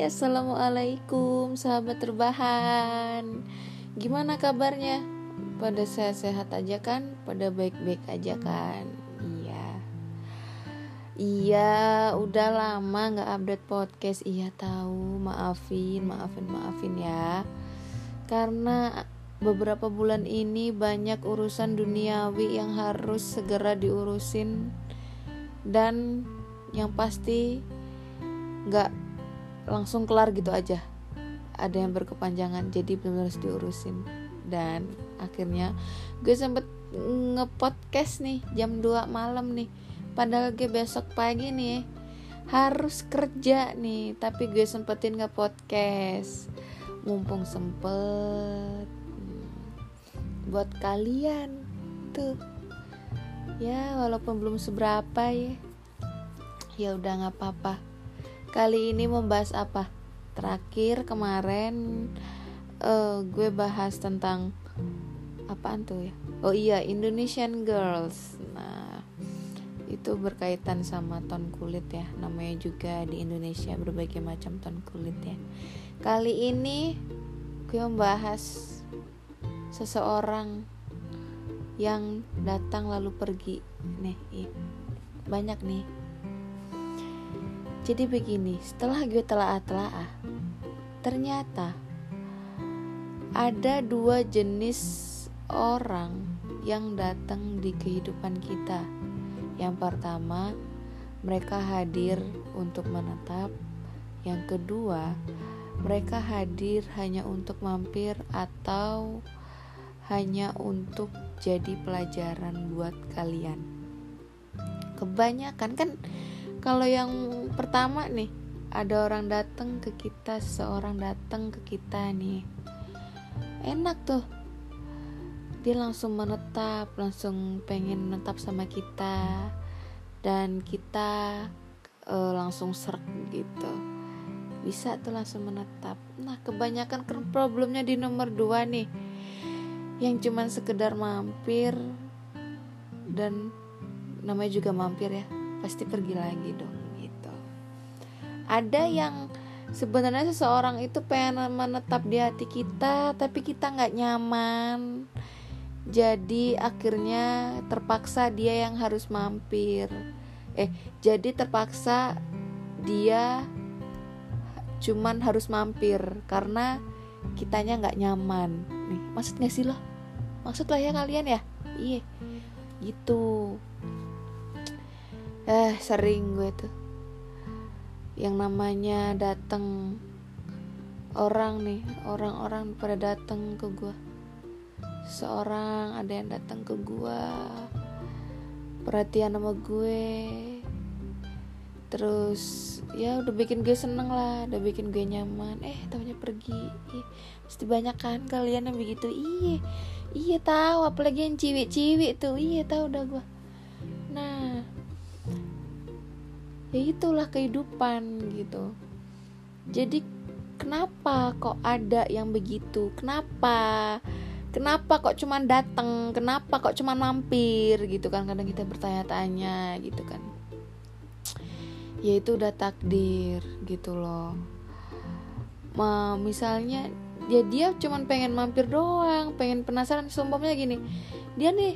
Hai, assalamualaikum sahabat terbahan. Gimana kabarnya? Pada sehat-sehat aja kan? Pada baik-baik aja kan? Iya, udah lama gak update podcast. Iya tahu, maafin ya. Karena beberapa bulan ini banyak urusan duniawi yang harus segera diurusin. Dan yang pasti gak langsung kelar gitu aja, ada yang berkepanjangan, jadi benar harus diurusin. Dan akhirnya gue sempet nge-podcast nih jam 2 malam nih, padahal gue besok pagi nih harus kerja nih, tapi gue sempetin nge-podcast mumpung sempet buat kalian tuh ya, walaupun belum seberapa ya udah nggak apa-apa. Kali ini membahas apa? Terakhir kemarin gue bahas tentang apaan tuh ya? Oh iya, Indonesian Girls. Nah, itu berkaitan sama ton kulit ya. Namanya juga di Indonesia berbagai macam ton kulit ya. Kali ini gue membahas seseorang yang datang lalu pergi. Nih, banyak nih. Jadi begini, setelah gue telaah, ternyata ada 2 jenis orang yang datang di kehidupan kita. Yang pertama, mereka hadir untuk menetap. Yang kedua, mereka hadir hanya untuk mampir atau hanya untuk jadi pelajaran buat kalian. Kebanyakan kan kalau yang pertama nih, ada orang datang ke kita, seseorang datang ke kita nih, enak tuh, dia langsung menetap, langsung pengen menetap sama kita, dan kita langsung serk gitu, bisa tuh langsung menetap. Nah, kebanyakan problemnya di nomor 2 nih, yang cuman sekedar mampir, dan namanya juga mampir ya, pasti pergi lagi dong gitu. Ada yang sebenarnya seseorang itu pengen menetap di hati kita, tapi kita nggak nyaman, jadi akhirnya terpaksa dia yang harus mampir. Jadi terpaksa dia cuman harus mampir karena kitanya nggak nyaman. Nih, maksud nggak sih lo? Maksud lah ya kalian ya? Iya, gitu. Sering gue tuh yang namanya datang orang pada datang ke gue. Seorang ada yang datang ke gue, perhatian sama gue, terus ya udah bikin gue seneng lah, udah bikin gue nyaman. Taunya pergi. Pasti banyak kan kalian yang begitu. Iya tahu, apalagi yang ciwik tuh. Iya tahu udah gue. Nah, ya itulah kehidupan gitu. Jadi kenapa kok ada yang begitu? Kenapa kok cuman datang? Kenapa kok cuman mampir gitu kan? Kadang kita bertanya-tanya gitu kan. Ya itu udah takdir gitu loh. Misalnya dia cuman pengen mampir doang, pengen penasaran. Seumpamanya gini, dia nih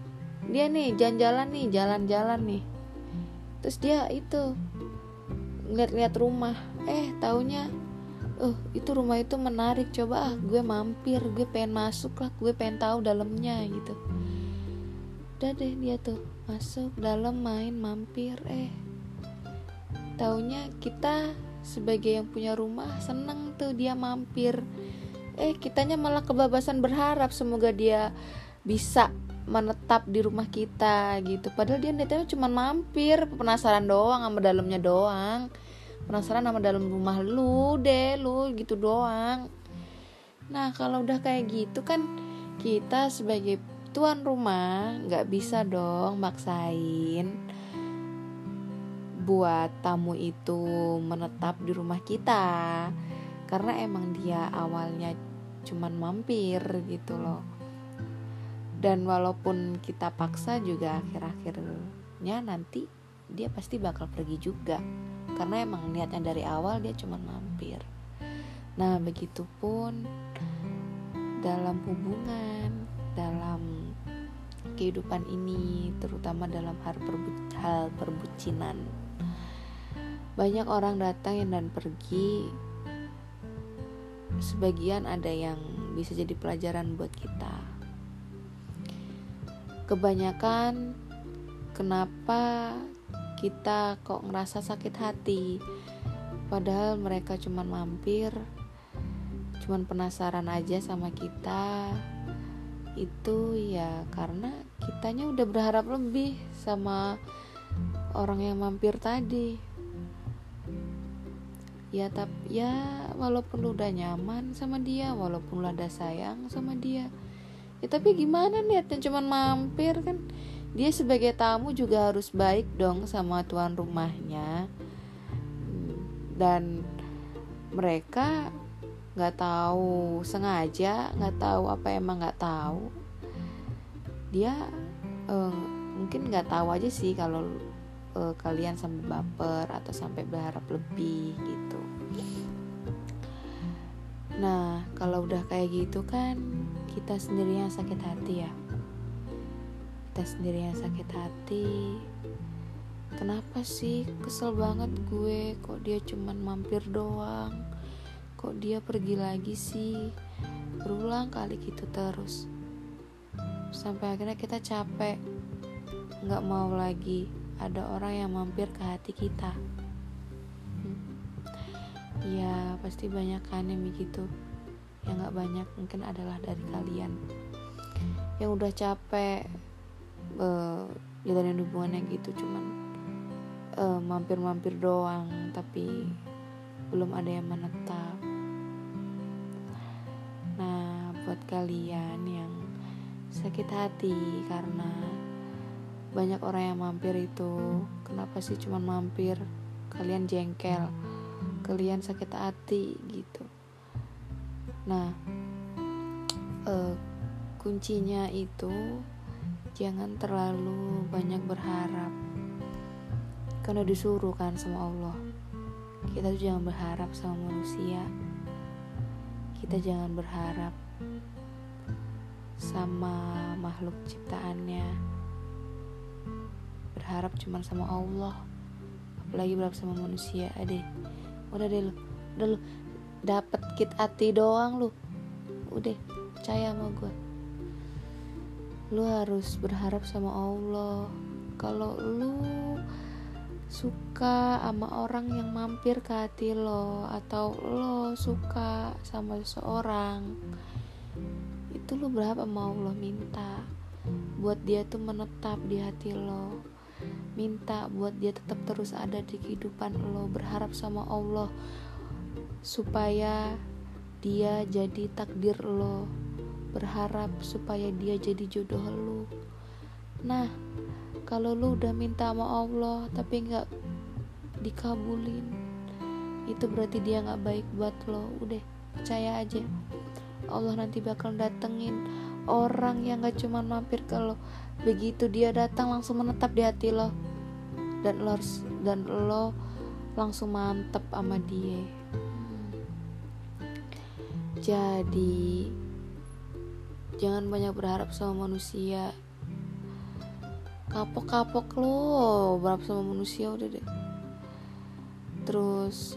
jalan-jalan nih. Terus dia itu lihat rumah, taunya itu rumah itu menarik, coba gue mampir, gue pengen masuk lah, gue pengen tahu dalamnya gitu. Udah deh dia tuh masuk dalam, main, mampir, taunya kita sebagai yang punya rumah seneng tuh dia mampir, kitanya malah kebabasan berharap semoga dia bisa menetap di rumah kita gitu. Padahal dia netanya cuma mampir, penasaran doang sama dalamnya doang, penasaran sama dalam rumah lu gitu doang. Nah, kalau udah kayak gitu kan kita sebagai tuan rumah nggak bisa dong maksain buat tamu itu menetap di rumah kita, karena emang dia awalnya cuman mampir gitu loh. Dan walaupun kita paksa juga akhir-akhirnya nanti dia pasti bakal pergi juga karena emang niatnya dari awal dia cuma mampir. Nah begitupun dalam hubungan, dalam kehidupan ini, terutama dalam hal perbucinan. Banyak orang datang dan pergi. Sebagian ada yang bisa jadi pelajaran buat kita. Kebanyakan kenapa kita kok ngerasa sakit hati, padahal mereka cuman mampir, cuman penasaran aja sama kita. Itu ya karena kitanya udah berharap lebih sama orang yang mampir tadi. Ya walaupun lu udah nyaman sama dia, walaupun lu ada sayang sama dia, ya tapi gimana niatnya cuman mampir kan. Dia sebagai tamu juga harus baik dong sama tuan rumahnya. Dan mereka nggak tahu sengaja, nggak tahu apa emang nggak tahu. Dia mungkin nggak tahu aja sih kalau kalian sampai baper atau sampai berharap lebih gitu. Nah kalau udah kayak gitu kan kita sendiri yang sakit hati ya. Kita sendiri yang sakit hati. Kenapa sih kesel banget gue, kok dia cuman mampir doang, kok dia pergi lagi sih. Berulang kali gitu terus, sampai akhirnya kita capek, gak mau lagi ada orang yang mampir ke hati kita. Ya pasti banyak kan yang begitu. Yang gak banyak mungkin adalah dari kalian yang udah capek jalanin hubungan yang gitu, cuman mampir-mampir doang tapi belum ada yang menetap. Nah buat kalian yang sakit hati karena banyak orang yang mampir itu, kenapa sih cuma mampir? Kalian jengkel, kalian sakit hati gitu. Nah kuncinya itu jangan terlalu banyak berharap, karena disuruh kan sama Allah. Kita tuh jangan berharap sama manusia, kita jangan berharap sama makhluk ciptaannya. Berharap cuma sama Allah, apalagi berharap sama manusia. Udah deh lu dapet kit hati doang lu. Udah percaya sama gue, lu harus berharap sama Allah. Kalau lu suka sama orang yang mampir ke hati lo, atau lo suka sama seseorang, itu lu berharap sama Allah, minta buat dia tuh menetap di hati lo, minta buat dia tetap terus ada di kehidupan lo. Berharap sama Allah supaya dia jadi takdir lo, berharap supaya dia jadi jodoh lo. Nah kalau lu udah minta sama Allah tapi gak dikabulin, itu berarti dia gak baik buat lo. Udah percaya aja, Allah nanti bakal datengin orang yang gak cuma mampir ke lo. Begitu dia datang langsung menetap di hati lo, dan lo langsung mantep sama dia. Jadi jangan banyak berharap sama manusia. Kapok lo berharap sama manusia, udah deh. Terus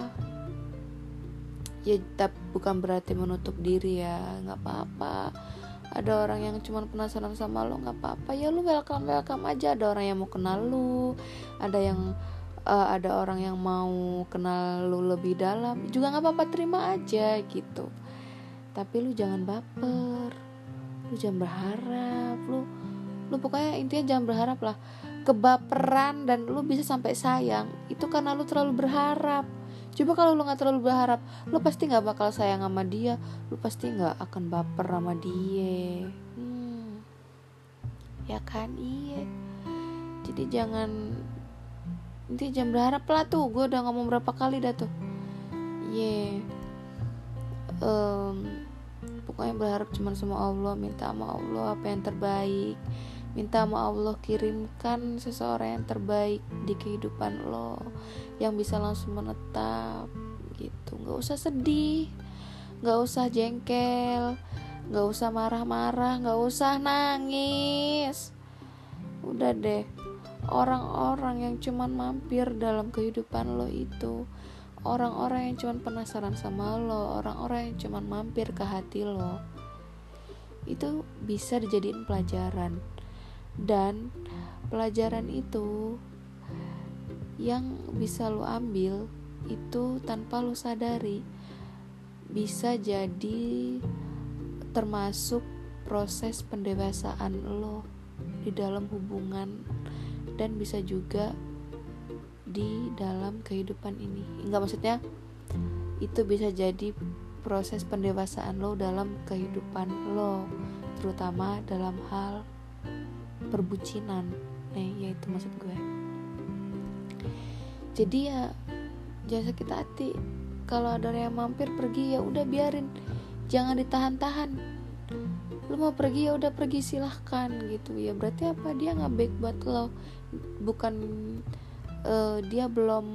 ya bukan berarti menutup diri ya, nggak apa-apa. Ada orang yang cuma penasaran sama lo, nggak apa-apa ya, lu welcome aja. Ada orang yang mau kenal lu, ada orang yang mau kenal lu lebih dalam juga nggak apa-apa, terima aja gitu. Tapi lu jangan baper, lu jangan berharap, lu pokoknya intinya jangan berharap lah. Kebaperan dan lu bisa sampai sayang itu karena lu terlalu berharap. Coba kalau lu gak terlalu berharap, lu pasti gak bakal sayang sama dia, lu pasti gak akan baper sama dia. Ya kan, iya. Jadi jangan berharap lah tuh. Gue udah ngomong berapa kali dah tuh. Pokoknya berharap cuma sama Allah, minta sama Allah apa yang terbaik. Minta sama Allah kirimkan seseorang yang terbaik di kehidupan lo, yang bisa langsung menetap gitu. Gak usah sedih, gak usah jengkel, gak usah marah-marah, gak usah nangis. Udah deh, orang-orang yang cuman mampir dalam kehidupan lo itu, orang-orang yang cuman penasaran sama lo, orang-orang yang cuman mampir ke hati lo, itu bisa dijadiin pelajaran. Dan pelajaran itu yang bisa lo ambil itu tanpa lo sadari bisa jadi termasuk proses pendewasaan lo di dalam hubungan, dan bisa juga di dalam kehidupan ini. Enggak, maksudnya itu bisa jadi proses pendewasaan lo dalam kehidupan lo, terutama dalam hal perbucinan. Yaitu maksud gue. Jadi ya jangan sakit hati kalau ada orang yang mampir pergi, ya udah biarin, jangan ditahan-tahan. Lu mau pergi ya udah pergi, silahkan gitu. Ya berarti apa, dia nggak baik buat lo, bukan dia belum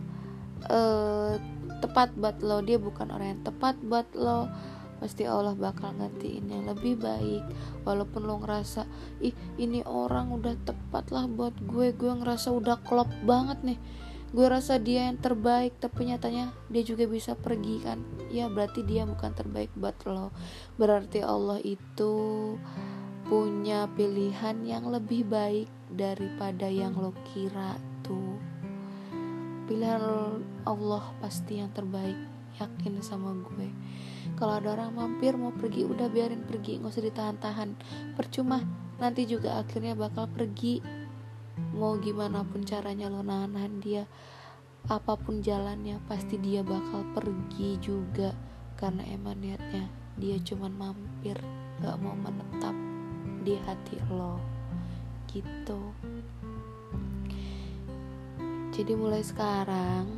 tepat buat lo, dia bukan orang yang tepat buat lo. Pasti Allah bakal gantiin yang lebih baik. Walaupun lo ngerasa ini orang udah tepat lah buat gue ngerasa udah klop banget nih, gue rasa dia yang terbaik, tapi nyatanya dia juga bisa pergi kan. Ya berarti dia bukan terbaik buat lo. Berarti Allah itu punya pilihan yang lebih baik daripada yang lo kira tuh. Pilihan Allah pasti yang terbaik, yakin sama gue. Kalau ada orang mampir mau pergi, udah biarin pergi, gak usah ditahan-tahan. Percuma, nanti juga akhirnya bakal pergi. Mau gimana pun caranya lo nahan dia, apapun jalannya, pasti dia bakal pergi juga. Karena emang niatnya dia cuman mampir, gak mau menetap di hati lo gitu. Jadi mulai sekarang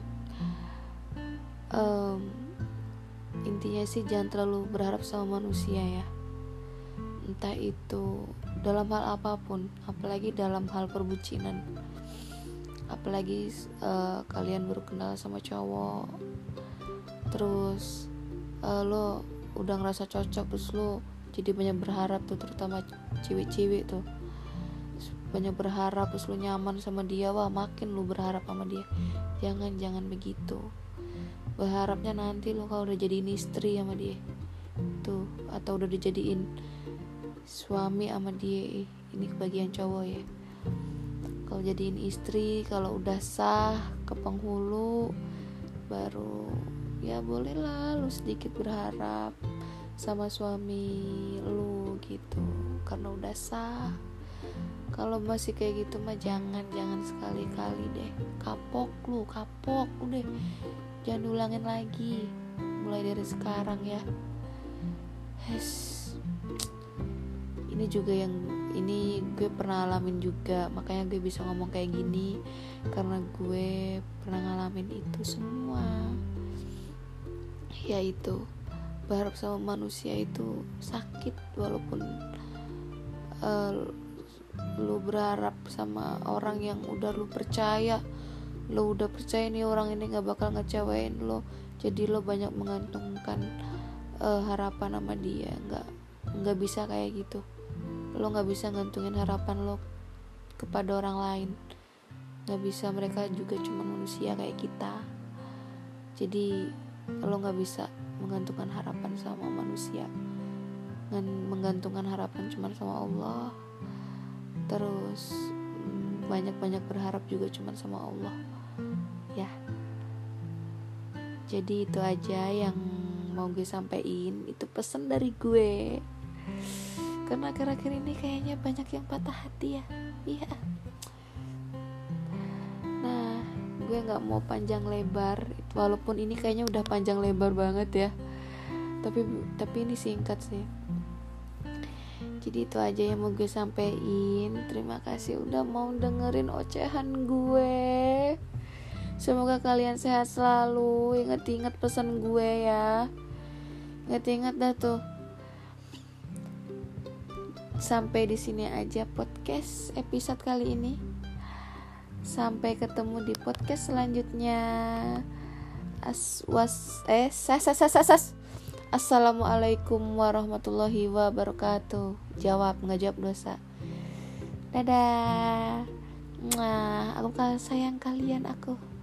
intinya sih jangan terlalu berharap sama manusia ya, entah itu dalam hal apapun, apalagi dalam hal perbucinan. Apalagi kalian baru kenal sama cowok, terus lo udah ngerasa cocok, terus lo jadi banyak berharap tuh, terutama cewek-cewek tuh banyak berharap, terus lo nyaman sama dia, wah makin lo berharap sama dia. Jangan begitu. Berharapnya nanti lo kalau udah jadiin istri sama dia tuh, atau udah dijadiin suami sama dia, ini kebagian cowok ya. Kalau jadiin istri, kalau udah sah ke penghulu, baru ya bolehlah lu sedikit berharap sama suami lu gitu, karena udah sah. Kalau masih kayak gitu mah jangan sekali-kali deh. Kapok deh. Jangan diulangin lagi. Mulai dari sekarang ya. Ini juga yang ini gue pernah alamin juga, makanya gue bisa ngomong kayak gini karena gue pernah ngalamin itu semua. Yaitu berharap sama manusia itu sakit, walaupun lu berharap sama orang yang udah lu percaya nih orang ini gak bakal ngecewain lo, jadi lo banyak menggantungkan harapan sama dia. Nggak bisa kayak gitu. Lo nggak bisa gantungin harapan lo kepada orang lain, nggak bisa. Mereka juga cuma manusia kayak kita, jadi lo nggak bisa menggantungkan harapan sama manusia, menggantungkan harapan cuma sama Allah. Terus banyak berharap juga cuma sama Allah ya. Jadi itu aja yang mau gue sampein, itu pesan dari gue, karena akhir-akhir ini kayaknya banyak yang patah hati ya. Iya. Nah, gue nggak mau panjang lebar, walaupun ini kayaknya udah panjang lebar banget ya, tapi ini singkat sih. Jadi itu aja yang mau gue sampein. Terima kasih udah mau dengerin ocehan gue. Semoga kalian sehat selalu. Ingat pesan gue ya. Ingat dah tuh. sampai di sini aja podcast episode kali ini. Sampai ketemu di podcast selanjutnya. Assalamualaikum warahmatullahi wabarakatuh. Nggak jawab dosa. Dadah. Aku sayang kalian aku.